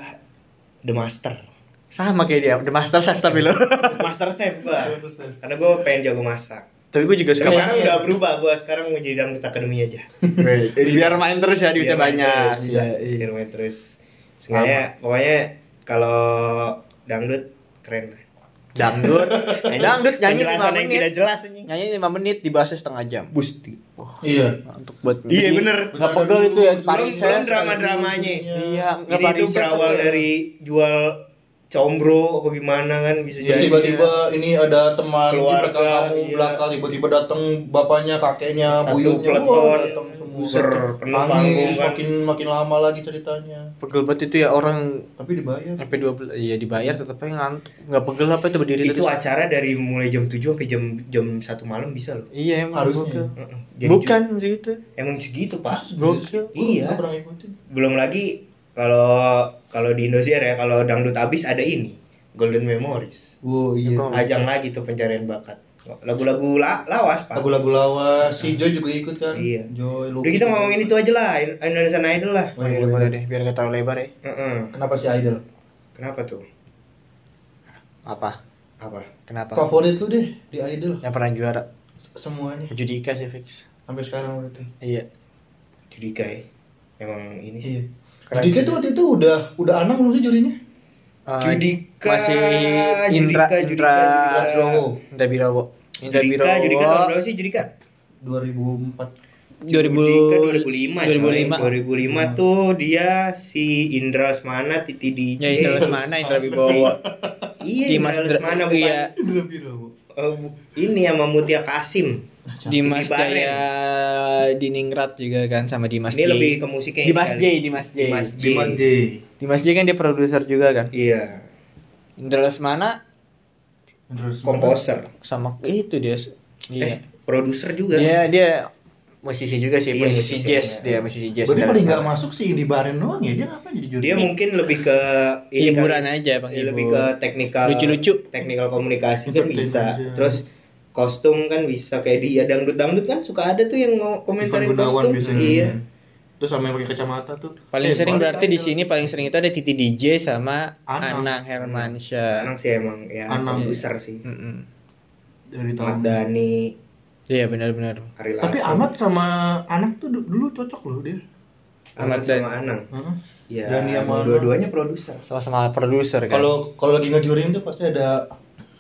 The Master. Sama kayak dia, The Master Chef tapi lo. Master Chef gua. Karena gua pengen jago masak. Tapi gue juga Tapi suka sekarang masak. udah berubah, gua sekarang mau jadi dangdut akademi aja. Biar main terus ya duitnya Biar main banyak. terus. Iya, Biar main terus. Sengaja pokoknya kalau dangdut keren lah. Dangdut, dangdut nyanyi lima Penjelasan yang tidak menit. jelas anjing. Nyanyi lima menit dibahas setengah jam. Busti. Iya. Untuk buat Iya, jadi bener. Nggak pegel itu ya Belum, Paris belum drama-dramanya. Iya, nggak Ini itu Paris berawal dari jual combro apa gimana kan bisa Terus jadi. tiba-tiba ini ada teman di Keluarga, belakang kamu iya. belakang tiba-tiba datang bapaknya, kakeknya, Satu buyutnya, peleton. wah, datang semua. Buser, penuh panggung Nangis, kan. makin makin lama lagi ceritanya. pegel banget itu ya orang Tapi dibayar. sampai dua belas iya dibayar tetap aja ngantuk. Nggak pegel apa itu berdiri Itu terus. acara dari mulai jam tujuh sampai jam jam satu malam bisa loh. Iya emang Harusnya. gokil. Heeh. Jadi Bukan segitu. ju- emang segitu, Pak. Gokil. Iya. Gua pernah ngikutin. Belum lagi kalau kalau di Indosiar ya, kalau dangdut abis ada ini Golden Memories. Oh iya. Oh. Ajang lagi tuh pencarian bakat. Lagu-lagu la- lawas, Pak. Lagu-lagu lawas, si Joy juga ikut kan? Iya. Joy, Udah kita ngomongin itu aja lah, Indonesian Idol lah. Oh, iya, Boleh, boleh iya. deh biar nggak terlalu lebar ya. Heeh. Kenapa si Idol? Kenapa tuh? Apa? Apa? Kenapa? Favorit lu deh di Idol? Yang pernah juara S- Semuanya. Judika sih fix. Sampai sekarang berarti. Iya. Judika ya. Emang ini sih. Iya. Keren. Judika tuh waktu itu udah udah anak belum sih jurinya? Eh, Judika, masih Indra Judika, Indra Judika, Judika. Birowo. Indra Birowo. Indra Judika, Birowo. Judika tahun berapa sih Judika? dua ribu empat. dua ribu Judika dua ribu lima. dua ribu lima. dua ribu lima tuh dia si Indra Lesmana Titi D J. Ya Indra Lesmana, Indra Birowo. Iya, Dimas Indra Lesmana Dra- bukan. iya. Udah Birowo. Eh, bu- ini sama Mutia Kasim. Dimas Di Baren. Jaya Diningrat juga kan sama Dimas Ini J. lebih ke musiknya. Dimas ini J, kali. Dimas J. Dimas J. Dimas J. Dimas J kan dia produser juga kan. Iya. Indra Lesmana Terus Komposer. sama itu dia. Iya. Eh, produser juga. Dia dia musisi juga sih, Iya, musisi musisi, jazz ya. dia, musisi jazz. Berarti Indra paling nggak Lesmana. masuk sih di Baren doang ya, dia ngapain jadi juri? Dia mungkin lebih ke ini hiburan kali. aja bang. Dia hibur. lebih ke teknikal. Lucu-lucu. Teknikal komunikasi kan Entertain bisa. aja. Terus kostum kan bisa kayak dia dangdut-dangdut kan suka ada tuh yang ngo- komentarin Ivan Gunawan kostum. biasanya. Iya. Terus sama yang pakai kacamata tuh. Paling Eh, sering balik berarti di aja. sini paling sering itu ada Titi D J sama Anang. Anang Hermansyah. Anang sih emang ya Anang. besar sih. Mm-mm. dari Ahmad tahun. Dhani, Iya benar-benar. Ari Tapi Lasso. Ahmad sama anak tuh du- dulu cocok loh dia. Ahmad Ahmad sama Anang. Heeh. Ya, Dhani sama dua-duanya produser. Sama-sama produser kan. Kalau kalau lagi ngejuriin tuh pasti ada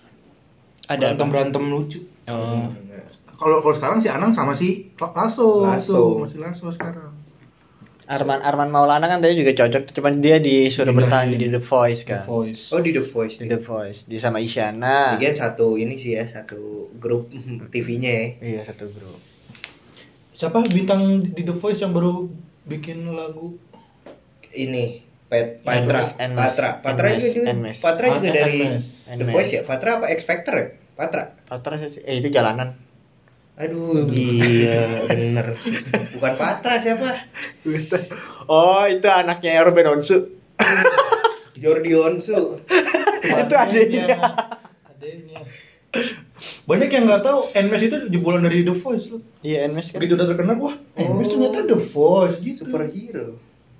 Ada berantem apa? berantem lucu. Oh. Kalau kalau sekarang si Anang sama si Lasso, Lasso. tuh, masih Lasso sekarang. Arman Arman Maulana kan tadi juga cocok, cuman dia disuruh Iya, bertahan iya. di The Voice The kan. Voice. Oh di The Voice. Di The Voice, di sama Isyana. Bagian satu ini sih ya, satu grup T V-nya ya. Iya, satu grup. Siapa bintang di The Voice yang baru bikin lagu? Ini Pet Patra, Enmes, Patra, Patra Enmes, juga, Enmes. Patra juga Ah, dari Enmes. The Enmes. Voice ya. Patra apa X Factor ya? Patra. Patra sih, eh itu jalanan. Aduh, iya bener. Bukan Patra siapa? Oh, itu anaknya Ruben Onsu. Jordi Onsu. Itu adanya. Adanya. Banyak yang nggak tahu Enmes itu jebolan dari The Voice loh. Iya, Enmes kan. Begitu udah terkenal, wah, Enmes Oh. ternyata The Voice gitu. Superhero.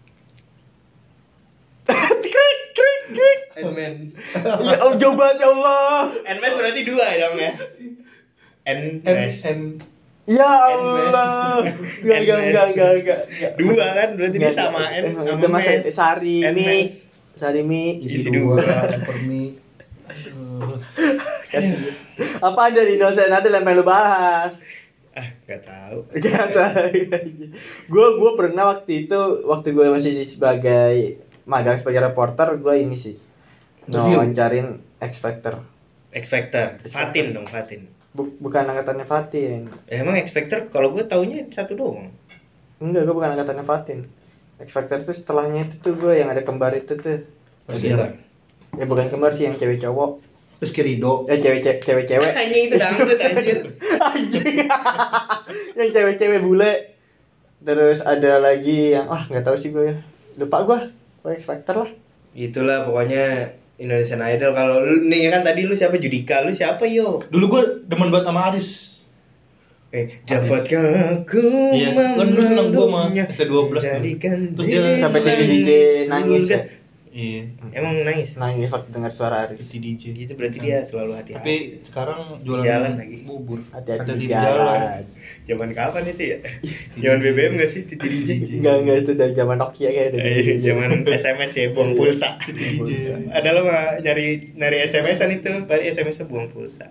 Krik krik krik. Ant-Man. Ya Allah, jauh banget ya Allah. Ant-Man berarti dua ya dong ya? En Ant-Man. en Ya Allah. Enggak enggak enggak enggak enggak. Dua kan berarti dia sama N Itu sama mas Mes. Sari Ant-Man. Mi. Sari Mi. Isi isi dua. dua, Super Mi. Aduh. Apa ada di dosen ada yang pengen lu bahas? Ah, enggak tahu. Gak tahu. Gue gue pernah waktu itu waktu gue masih sebagai magang sebagai reporter gue ini sih Interview. ngawacarin X Factor. X Factor. Fatin dong, Fatin. Bu- bukan angkatannya Fatin. Ya, emang X Factor kalau gue taunya satu doang. Enggak, gue bukan angkatannya Fatin. X Factor itu setelahnya itu tuh gue yang ada kembar itu tuh. Siapa? Ya bukan kembar sih, yang cewek cowok. Terus Kirido. Eh cewek cewek cewek cewek. Anjing itu dangdut anjir. Anjing. Yang cewek-cewek bule. Terus ada lagi yang ah nggak tahu sih gue ya. Lupa gue. Gue X Factor lah. Itulah pokoknya Indonesian Idol. Kalau lu nih kan tadi lu siapa Judika, lu siapa yo? Dulu gue demen banget sama Aris. Eh, dapatkah aku Iya, kan dulu seneng gua sama S T dua belas kan. menjadikan Terus dia diri sampai D J nangis ya. Iya. Emang nangis? Nangis waktu dengar suara Aris. Di D J. Itu berarti dia selalu hati-hati. Tapi sekarang jualan Jalan lagi. bubur. Hati-hati di di jalan. Zaman kapan itu ya? Zaman B B M nggak sih Titi D J? Enggak enggak itu dari zaman Nokia kayak dari Eh, zaman S M S ya buang pulsa. Ada lo nggak nyari nyari S M S-an itu, paling S M S-nya buang pulsa.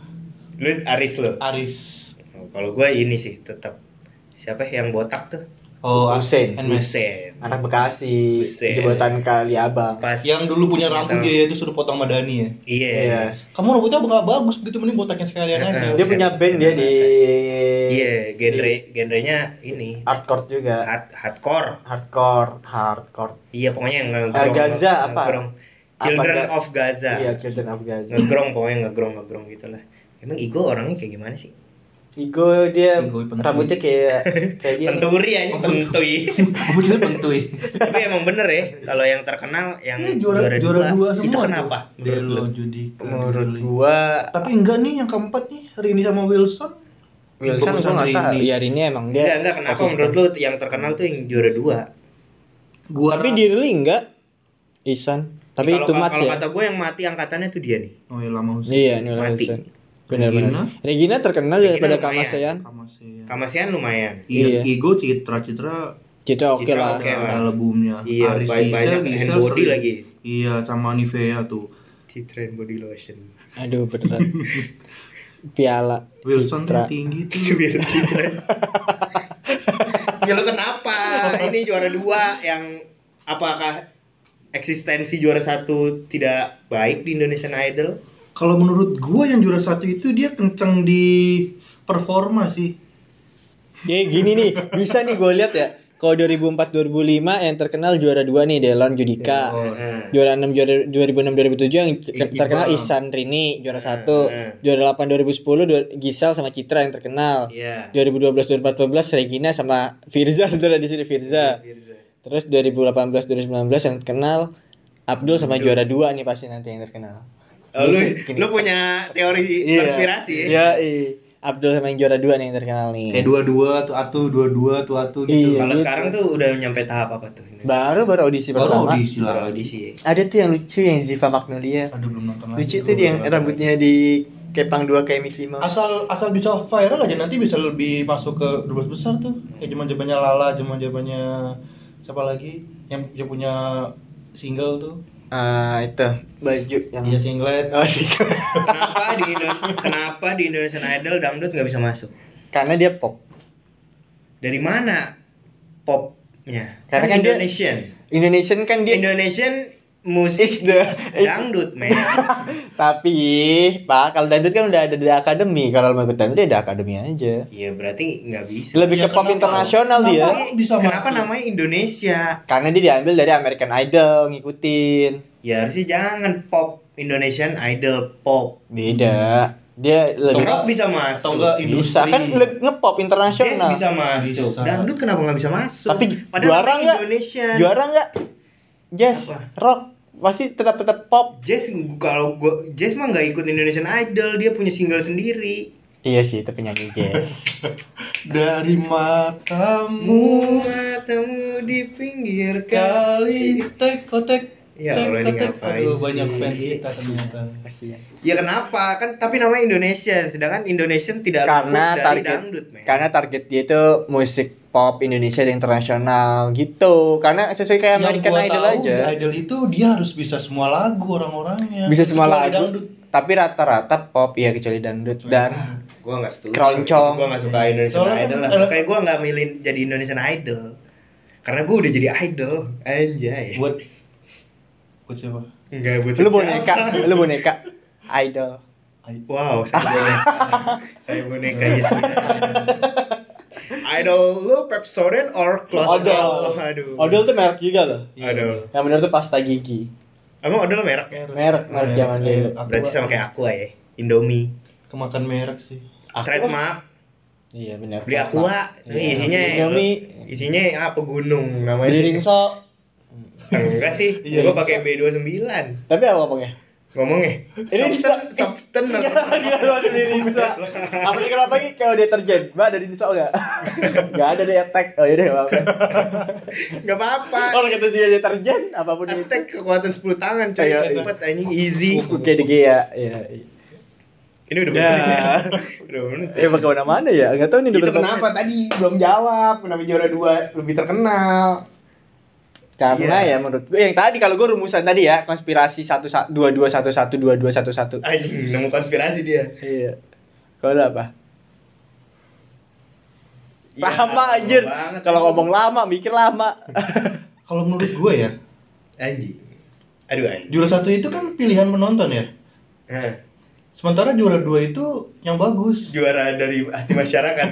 Lu Aris lo. Aris. Oh, kalau gue ini sih tetap siapa yang botak tuh? Oh, Hussein. Enmes. Hussein. anak Bekasi, Buset. jembatan Kali Abang. Pas Yang dulu punya rambut Tahu. dia itu suruh potong Madani ya. Iya. Iya. Kamu rambutnya nggak bagus gitu, mending botaknya sekalian aja. Dia punya band dia di Iya, genre di genrenya ini hardcore juga. hard, hardcore. Hardcore, hardcore. Iya, pokoknya yang Eh, ngegrong. Gaza apa? ngegrong. Apa, Children Ga- of Gaza. Iya, Children of Gaza. Ngegrong pokoknya ngegrong ngegrong gitulah. Emang Igo orangnya kayak gimana sih? Igo dia Igo pentui. rambutnya kayak kayak dia. Penturi aja, pentui. Rambutnya pentui. Tapi emang bener ya, kalau yang terkenal yang Iya, juara- juara dua semua itu tuh. kenapa? Menurut lu? Delo, Judika. Menurut Deli. gua Tapi enggak nih yang keempat nih, Rini sama Wilson. Wilson Bagusan gua nggak tahu. Rini. Iya, Rini emang dia. Enggak, enggak, kenapa konsisten. menurut lu yang terkenal tuh yang juara dua? Gua Tapi di Rili enggak. Isan. Tapi Kalau- itu Mats kalau ya. kata gue yang mati angkatannya tuh dia nih. Oh iya lama Hussein. Iya, Nila Mati. Hussein. Benar-benar. Regina? Regina terkenal Regina daripada lumayan. Kamasean. Kamasian. Kamasian lumayan. Iya, Iya. Igo Citra Citra Citra oke Citra lah. oke lah. albumnya. Iya, Aris banyak- Gisel, banyak Gisel hand body sering- lagi. Iya, sama Nivea tuh. Citra and body lotion. Aduh, beneran. Piala. Wilson Citra. tuh tinggi tuh. Biar Citra. Ya lu kenapa? Ini juara dua yang apakah eksistensi juara satu tidak baik di Indonesian Idol? Kalau menurut gua yang juara satu itu dia kenceng di performa sih. Ya gini nih, bisa nih gue lihat ya. Kalau dua ribu empat dua ribu lima yang terkenal juara dua nih Delon Judika. Oh, Nah, Juara enam juara dua ribu enam dua ribu tujuh yang ter- Iqbal. terkenal Ihsan Rini juara satu. Hmm. Juara delapan dua ribu sepuluh dua- Gisel sama Citra yang terkenal. iya. dua ribu dua belas dua ribu empat belas Regina sama Firza sudah di sini Firza. Terus dua ribu delapan belas dua ribu sembilan belas yang terkenal Abdul sama juara dua nih pasti nanti yang terkenal. Oh, lu, Gini. lu punya teori konspirasi ya? Iya, iya. Abdul sama yang juara dua nih yang terkenal nih. Kayak dua-dua tuh atu, dua-dua tuh atu gitu. Iya. Kalau gitu. sekarang tuh udah nyampe tahap apa tuh? Baru baru audisi Baru pertama. audisi Baru lah. audisi ya? Ada tuh yang lucu yang Ziva Magnolia. Aduh belum nonton lagi. Lucu tuh dia yang rambutnya di kepang dua kayak Mickey Mouse. Asal asal bisa viral aja nanti bisa lebih masuk ke dua belas besar tuh. Kayak zaman-zamannya Lala, zaman-zamannya siapa lagi yang yang punya single tuh. Eh, itu baju yang Iya singlet. Oh, sih. Kenapa di Indo- kenapa di Indonesian Idol dangdut nggak bisa masuk? Karena dia pop. Dari mana popnya? Karena Kan kan dia- Indonesian. Indonesian kan dia Indonesian musik dangdut, men. Tapi, Pak, kalau dangdut kan udah ada di akademi. Kalau mau ikut dangdut ya ada akademi aja. Iya, berarti nggak bisa. Lebih Ya, ke pop kenapa? internasional dia. Kenapa bisa Kenapa masuk? namanya Indonesia? Karena dia diambil dari American Idol, ngikutin. Ya harusnya jangan pop Indonesian Idol pop. Beda. Dia lebih Rock bisa masuk. Atau enggak bisa kan le- ngepop Jazz internasional. bisa masuk. Bisa. Dangdut kenapa nggak bisa masuk? Tapi Padahal juara namanya nggak? Indonesia. Juara nggak? Jazz, Apa? rock, pasti tetap tetap pop. Jazz kalau gua Jazz mah nggak ikut Indonesian Idol, dia punya single sendiri. Iya sih, itu penyanyi jazz. Dari matamu Matamu di pinggir kali tek kotek. Ya tek, Allah, ini kotek. ngapain Aduh, banyak sih? fans kita ternyata. Kasihan. Ya kenapa? Kan tapi namanya Indonesian, sedangkan Indonesian tidak Karena luput dari target dangdut, men. karena target dia itu musik pop Indonesia dan internasional gitu. Karena sesuai kayak American gua Idol tahu, aja. di Idol itu dia harus bisa semua lagu orang-orangnya. Bisa semua Kecuali lagu. dangdut. Tapi rata-rata pop ya kecuali dangdut dan Gua nggak setuju. Keroncong. Gua nggak suka Indonesian Soalnya Idol lah. kan- Kayak gua nggak milih jadi Indonesian Idol. Karena gua udah jadi idol. Anjay. Buat buat siapa? Enggak buat lu siapa. boneka, lu boneka idol. Wow, saya boneka. saya boneka ya sudah. Idol lu Pepsodent or Close Odol. Aduh. Odol tuh merek juga loh. Aduh. Yang benar tuh pasta gigi. Emang Odol mereknya? Merek, merek zaman dulu. Berarti sama kayak aku ya. Indomie. Kemakan merek sih. Trademark. Iya benar. Beli Aqua. Iya. Ini isinya Indomie. isinya apa gunung namanya? Beli ringso. Enggak sih. Iya, Gua pakai B dua puluh sembilan. Tapi apa ngomongnya? Ngomongnya. Ini bisa Sabten Iya, dia lu ada beli rinso. Apa sih kenapa lagi kalau deterjen? Mbak ada rinso enggak? Enggak ada deh attack. Oh iya deh, apa. Enggak apa-apa. Orang kata dia deterjen, apapun itu. Attack kekuatan sepuluh tangan coy. Iya, iya. Cepet anjing easy. Oke deh ya. Iya. iya. Ini udah Ya. bener. Udah bener. Eh bakal mana ya? Enggak tahu nih udah Itu berapa kenapa tadi belum jawab? Kenapa juara dua lebih terkenal? Karena Iya. ya menurut gue yang tadi kalau gue rumusan tadi ya konspirasi satu dua dua satu satu dua dua satu satu. Anjing, nemu konspirasi dia. Iya. Kalau lu apa? Ya, Lama anjir. lama banget. Kalau ngomong lama mikir lama. Kalau menurut gue ya, Anjing. Aduh anjing. juara satu itu kan pilihan penonton ya. Hah. Sementara juara dua itu yang bagus. Juara dari hati masyarakat.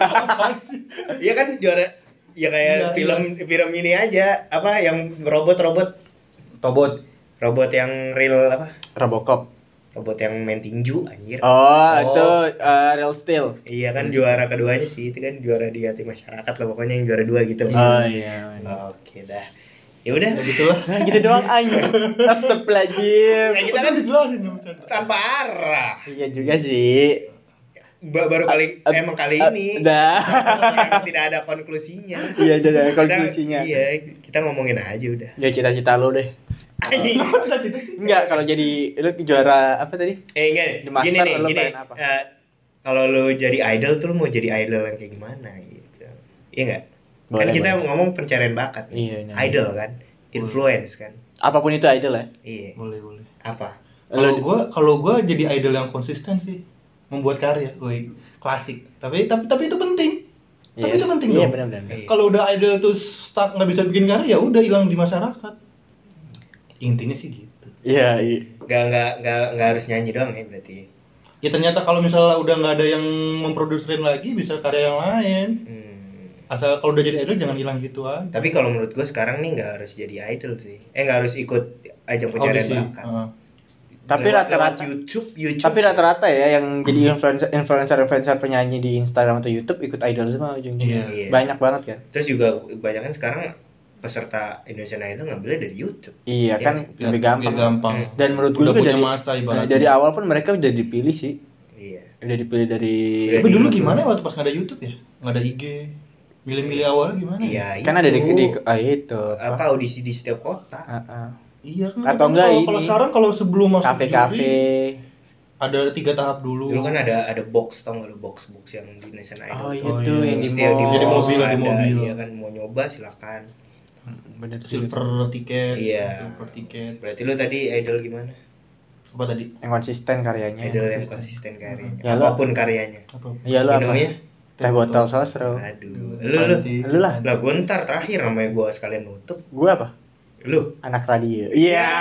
Iya kan juara ya kayak Iya, film film ini aja apa yang robot-robot Tobot. robot yang real apa? Robocop. Robot yang main tinju anjir. Oh, Oh. itu uh, Real Steel. Iya kan juara keduanya sih itu kan juara di hati masyarakat lah pokoknya yang juara dua gitu. Oh iya. Oke dah. Ya udah. Ya gitulah. Nah, gitu doang anjing. Astagfirullahaladzim. Kayak kita kan dijelasin tanpa arah. Iya juga sih. Ba- baru kali Ah, emang kali ah, ini dah. yang tidak ada konklusinya. Iya, udah ada Kita- konklusinya. Iya, kita ngomongin aja udah. Ya cita-cita lu deh. Anjing. Enggak, kalau jadi lu juara apa tadi? Eh enggak, The Master gini nih, lu gini. pengen apa? Eh, kalau lu jadi idol tuh lu mau jadi idol yang kayak gimana gitu. Iya enggak? Kan Boleh, kita boleh. ngomong pencarian bakat. nih. Iya, iya. Idol kan, influence kan. Apapun itu idol ya. Iya. Boleh, boleh. Apa? Kalau Lu- gua kalau gua jadi idol yang konsisten sih, membuat karya, woi, klasik. Tapi tapi tapi itu penting. Tapi itu penting Iya, dong. benar-benar. Iya. Kalau udah idol tuh stuck nggak bisa bikin karya, ya udah hilang di masyarakat. Intinya sih gitu. Iya, iya. Enggak enggak enggak enggak harus nyanyi doang ya berarti. Ya ternyata kalau misalnya udah nggak ada yang memproduserin lagi, bisa karya yang lain. Hmm. Asal kalau udah jadi idol jangan hilang gitu aja. Tapi kalau menurut gue sekarang nih nggak harus jadi idol sih. Eh nggak harus ikut ajang pencarian Audisi. bakat. Heeh. Tapi Lewat- rata-rata lewat YouTube, YouTube. Tapi rata-rata ya yang jadi influencer influencer influencer penyanyi di Instagram atau YouTube ikut idol semua ujungnya. Iya. Iya. Banyak banget kan. Terus juga banyak kan sekarang peserta Indonesian Idol ngambilnya dari YouTube. Iya Iya, kan Ya, lebih gampang. lebih gampang. Dan menurut gue Udah juga punya dari masa ibaratnya. eh, dari awal pun mereka udah dipilih sih. Iya. Udah dipilih dari Udah Tapi dulu di- gimana waktu pas nggak ada YouTube ya? Nggak ada I G. Milih-milih awalnya gimana? Iya, ya? kan ada di, di ah, itu apa audisi di setiap kota. Ah, ah. Iya kan. Atau Tapi enggak kalau, ini. kalau sekarang kalau sebelum masuk Kafe-kafe. juri, ada tiga tahap dulu. Dulu kan ada ada box tau nggak lu box box yang di Indonesian Idol. Oh tuh. itu iya. yang di Terus dia mall. Jadi mobil, ada, di mobil. Iya kan mau nyoba silakan. Bener sih. Silver tiket. Iya. Silver tiket. Berarti lu tadi idol gimana? Apa tadi? Yang konsisten karyanya. Idol yang konsisten karyanya. Ya, lu- Apapun karyanya. Apa? Iya lu apa? Minumnya? Teh botol sosro. Aduh. Lu lu. Lu lah. Lah gue ntar terakhir namanya gue sekalian nutup. Gua apa? Lu. Anak radio. Iya.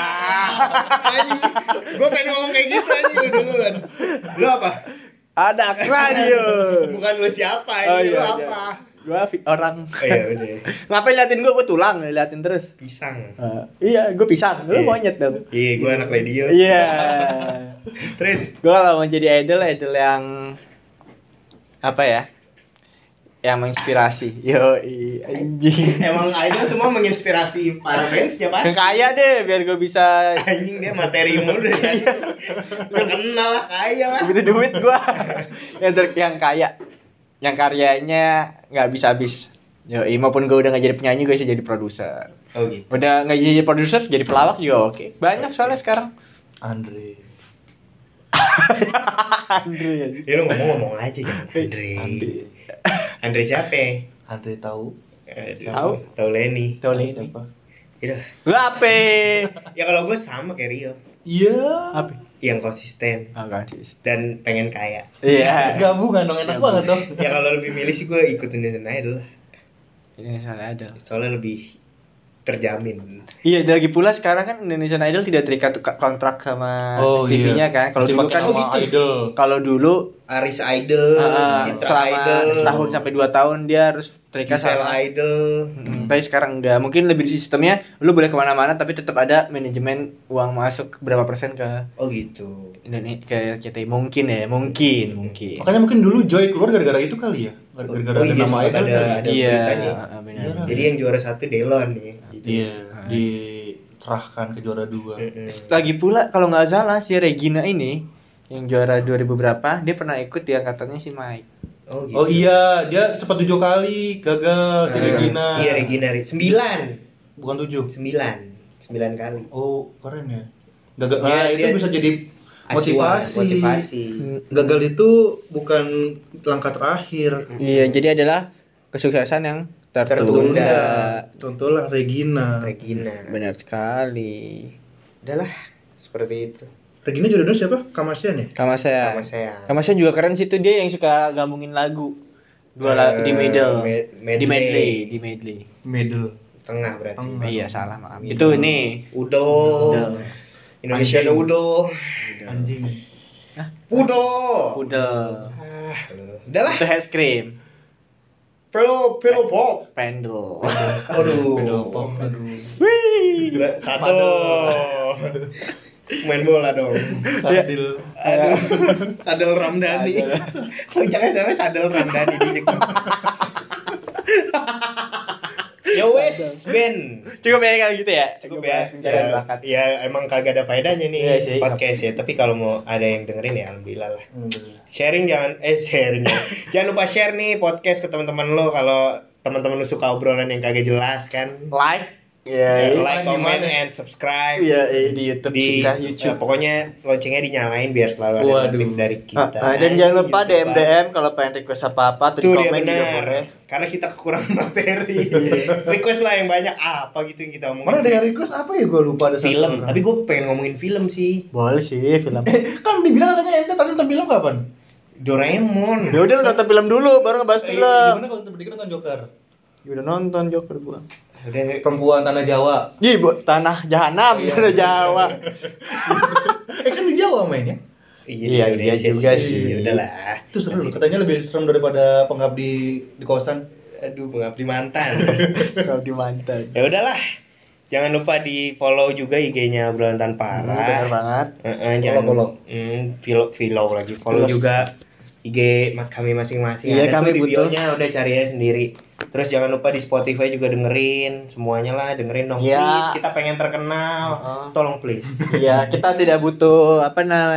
Gue pengen ngomong kayak gitu aja lu duluan. Lu apa? Anak radio. Bukan lu siapa ini, Oh, lu iya, apa? iya. Gua fi- orang. Oh iya udah. Ngapain liatin gua? Gua tulang, liatin terus. Pisang. Uh, iya, gua pisang. Lu Iya. monyet dong. Iya, gue anak radio. Iya. Terus Gua kalau mau jadi idol, idol yang apa ya? Yang menginspirasi. Yo, anjing. emang idol semua menginspirasi para fans ya Yang pasti. kaya deh, biar gua bisa Anjing dia materi mulu deh. Terkenal lah, kaya lah. duit duit gua. yang ter- yang kaya, yang karyanya nggak habis habis. Yo, maupun gua udah nggak jadi penyanyi, gua bisa jadi produser. Oh gitu. Udah nggak jadi produser, jadi pelawak juga oke. Banyak soalnya sekarang. Andre. Andre. Ya lu ngomong-ngomong aja jangan Andre. Andre. Andre siapa? Andre tahu. Eh, Tahu. Tahu Lenny. Tahu Lenny. Siapa? Iya. Lu apa? Ya kalau gue sama kayak Rio, Iya. Apa? yang konsisten Enggak sih. dan pengen kaya. Iya. Gabungan dong, enak banget dong. Ya kalau lebih milih sih gue ikutin Indonesian Idol lah. Ini salah ada. Soalnya lebih terjamin. Iya, dan lagi pula sekarang kan Indonesian Idol tidak terikat tuh kontrak sama Oh, T V-nya iya. kan. Kalau Mesti dulu pakai kan nama gitu. idol. Kalau dulu Aris Idol, uh, Citra selama Idol, setahun sampai dua tahun dia harus terikat Giselle sama Idol. Hmm, tapi sekarang enggak. Mungkin lebih di sistemnya lu boleh kemana-mana tapi tetap ada manajemen uang masuk berapa persen ke Oh gitu. Indonesia ke C T I. Mungkin ya, mungkin, mungkin. Makanya mungkin dulu Joy keluar gara-gara itu kali ya. Gara-gara Oh, ada iya, nama sempat idol ada- kali. ada Iya, beritanya. benar. Iya. Jadi yang juara satu Delon nih. Iya, diserahkan ke juara dua. Mm-mm. Lagi pula kalau nggak salah si Regina ini yang juara dua ribu berapa, dia pernah ikut di angkatannya si Mike. Oh gitu. Oh iya, dia sempat tujuh kali gagal si Nah, Regina. Iya Regina Ri- sembilan. Bukan tujuh. Sembilan. Sembilan kali. Oh, keren ya. Gagal. Iya, Nah, dia- itu bisa jadi Acuan, motivasi. Motivasi. Gagal itu bukan langkah terakhir. Iya, jadi adalah kesuksesan yang tertunda. Tertunda. Contohlah Regina. Regina. Benar sekali. Udahlah, seperti itu. Regina juara dua siapa? Kamasian ya? Kamasya. Sama saya. Kamasya juga keren sih tuh, dia yang suka gabungin lagu. Dua lagu di middle. Me- medley. Di medley, di medley. Middle. Tengah berarti. Tengah. Iya, salah, maaf. Middle. Itu ini. Udo. Udo. Indonesia Anjing. Udo. Anjing. Udo. Udah. Ah, udahlah. Itu es krim. Pelo pelo pop. Pendel. Aduh. Pedopok. Aduh. Wih. Gila, Sado. Main bola dong. Sadil. Aduh. Sadel Ramdhani. Kok jangan jangan Sadel Ramdhani di Ya wes, Ben. Cukup ya kalau gitu ya. Cukup ya. Pencarian Ya, bakat. ya emang kagak ada faedahnya nih Iya sih. podcast ya. Tapi kalau mau ada yang dengerin ya alhamdulillah lah. Sharing jangan eh sharing. Jangan lupa share nih podcast ke teman-teman lo kalau teman-teman lo suka obrolan yang kagak jelas kan. Like. Ya, Iya. like, comment, gimana? and subscribe. Iya, iya, di YouTube Di kita, YouTube. eh, pokoknya loncengnya dinyalain biar selalu ada Waduh. notif dari kita. Ah, ah, dan jangan lupa Gitu, D M D Pak. M kalau pengen request apa-apa atau di Tuh dia komen juga benar. boleh. Karena kita kekurangan materi. Request lah yang banyak apa gitu yang kita omongin. Mana ada yang request apa ya? Gue lupa ada satu film, orang. tapi gue pengen ngomongin film sih. Boleh sih film. Eh, kan dibilang katanya ente tadi nonton film kapan? Doraemon. Ya udah lu nonton film dulu baru ngebahas Eh, film. gimana kalau tadi nonton Joker? Ya udah nonton Joker gua. Udah Perempuan Tanah Jawa. Ih, bu, tanah jahanam, Iya. tanah Jawa. Eh kan di Jawa mainnya. Iya, iya Indonesia juga sih. Udahlah. Itu seru loh. Katanya lebih serem daripada pengabdi di kosan. Aduh, pengabdi mantan. Kalau di mantan. Ya udahlah. Jangan lupa di follow juga I G-nya Obrolan Tanpa Hmm, Arah. benar banget. Heeh, jangan Follow, Hmm, follow, follow lagi. Follow Follow. juga I G ma- kami masing-masing. Iya, Ada kami tuh di butuh. bio-nya udah cari aja sendiri. Terus jangan lupa di Spotify juga dengerin semuanya lah, dengerin dong. Iya. Please, kita pengen terkenal. Heeh. Tolong please. Iya, kita tidak butuh apa namanya?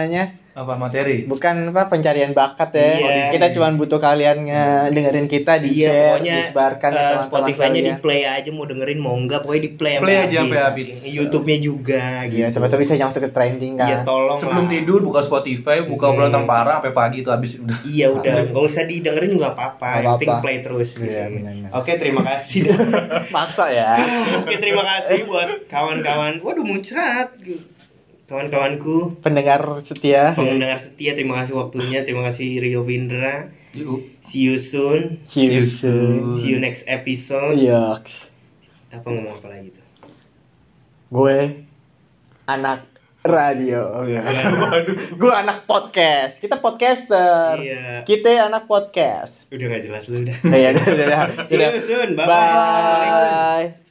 Apa materi? Bukan apa pencarian bakat ya. Iya. Kita cuma butuh kalian ngedengerin kita di Iya, share, pokoknya disebarkan ke eh, teman-teman Spotify-nya di kalian. play aja, mau dengerin mau enggak pokoknya di play Play aja sampai habis. YouTube-nya juga gitu. Iya, coba tuh bisa masuk ke trending kan. Iya, tolong Sebelum lah. tidur buka Spotify, buka Hmm. obrolan parah sampai pagi itu habis udah. Iya udah, nggak usah didengerin juga apa-apa, Nggak yang penting apa-apa. play terus. Iya, gitu. benar-benar. Oke, terima kasih. Maksa ya. Oke, terima kasih buat kawan-kawan. Waduh, muncrat. Kawan-kawanku, Pendengar setia. pendengar setia, terima kasih waktunya, terima kasih Rio Vindra. Yuk. See you soon. See you soon. See you next episode. Iya. Apa ngomong apa lagi tuh? Gue anak radio. Gue anak podcast. Kita podcaster. Iya. Kita anak podcast. Udah gak jelas lu udah. Ya udah, udah, udah. See you soon. Bye-bye. Bye.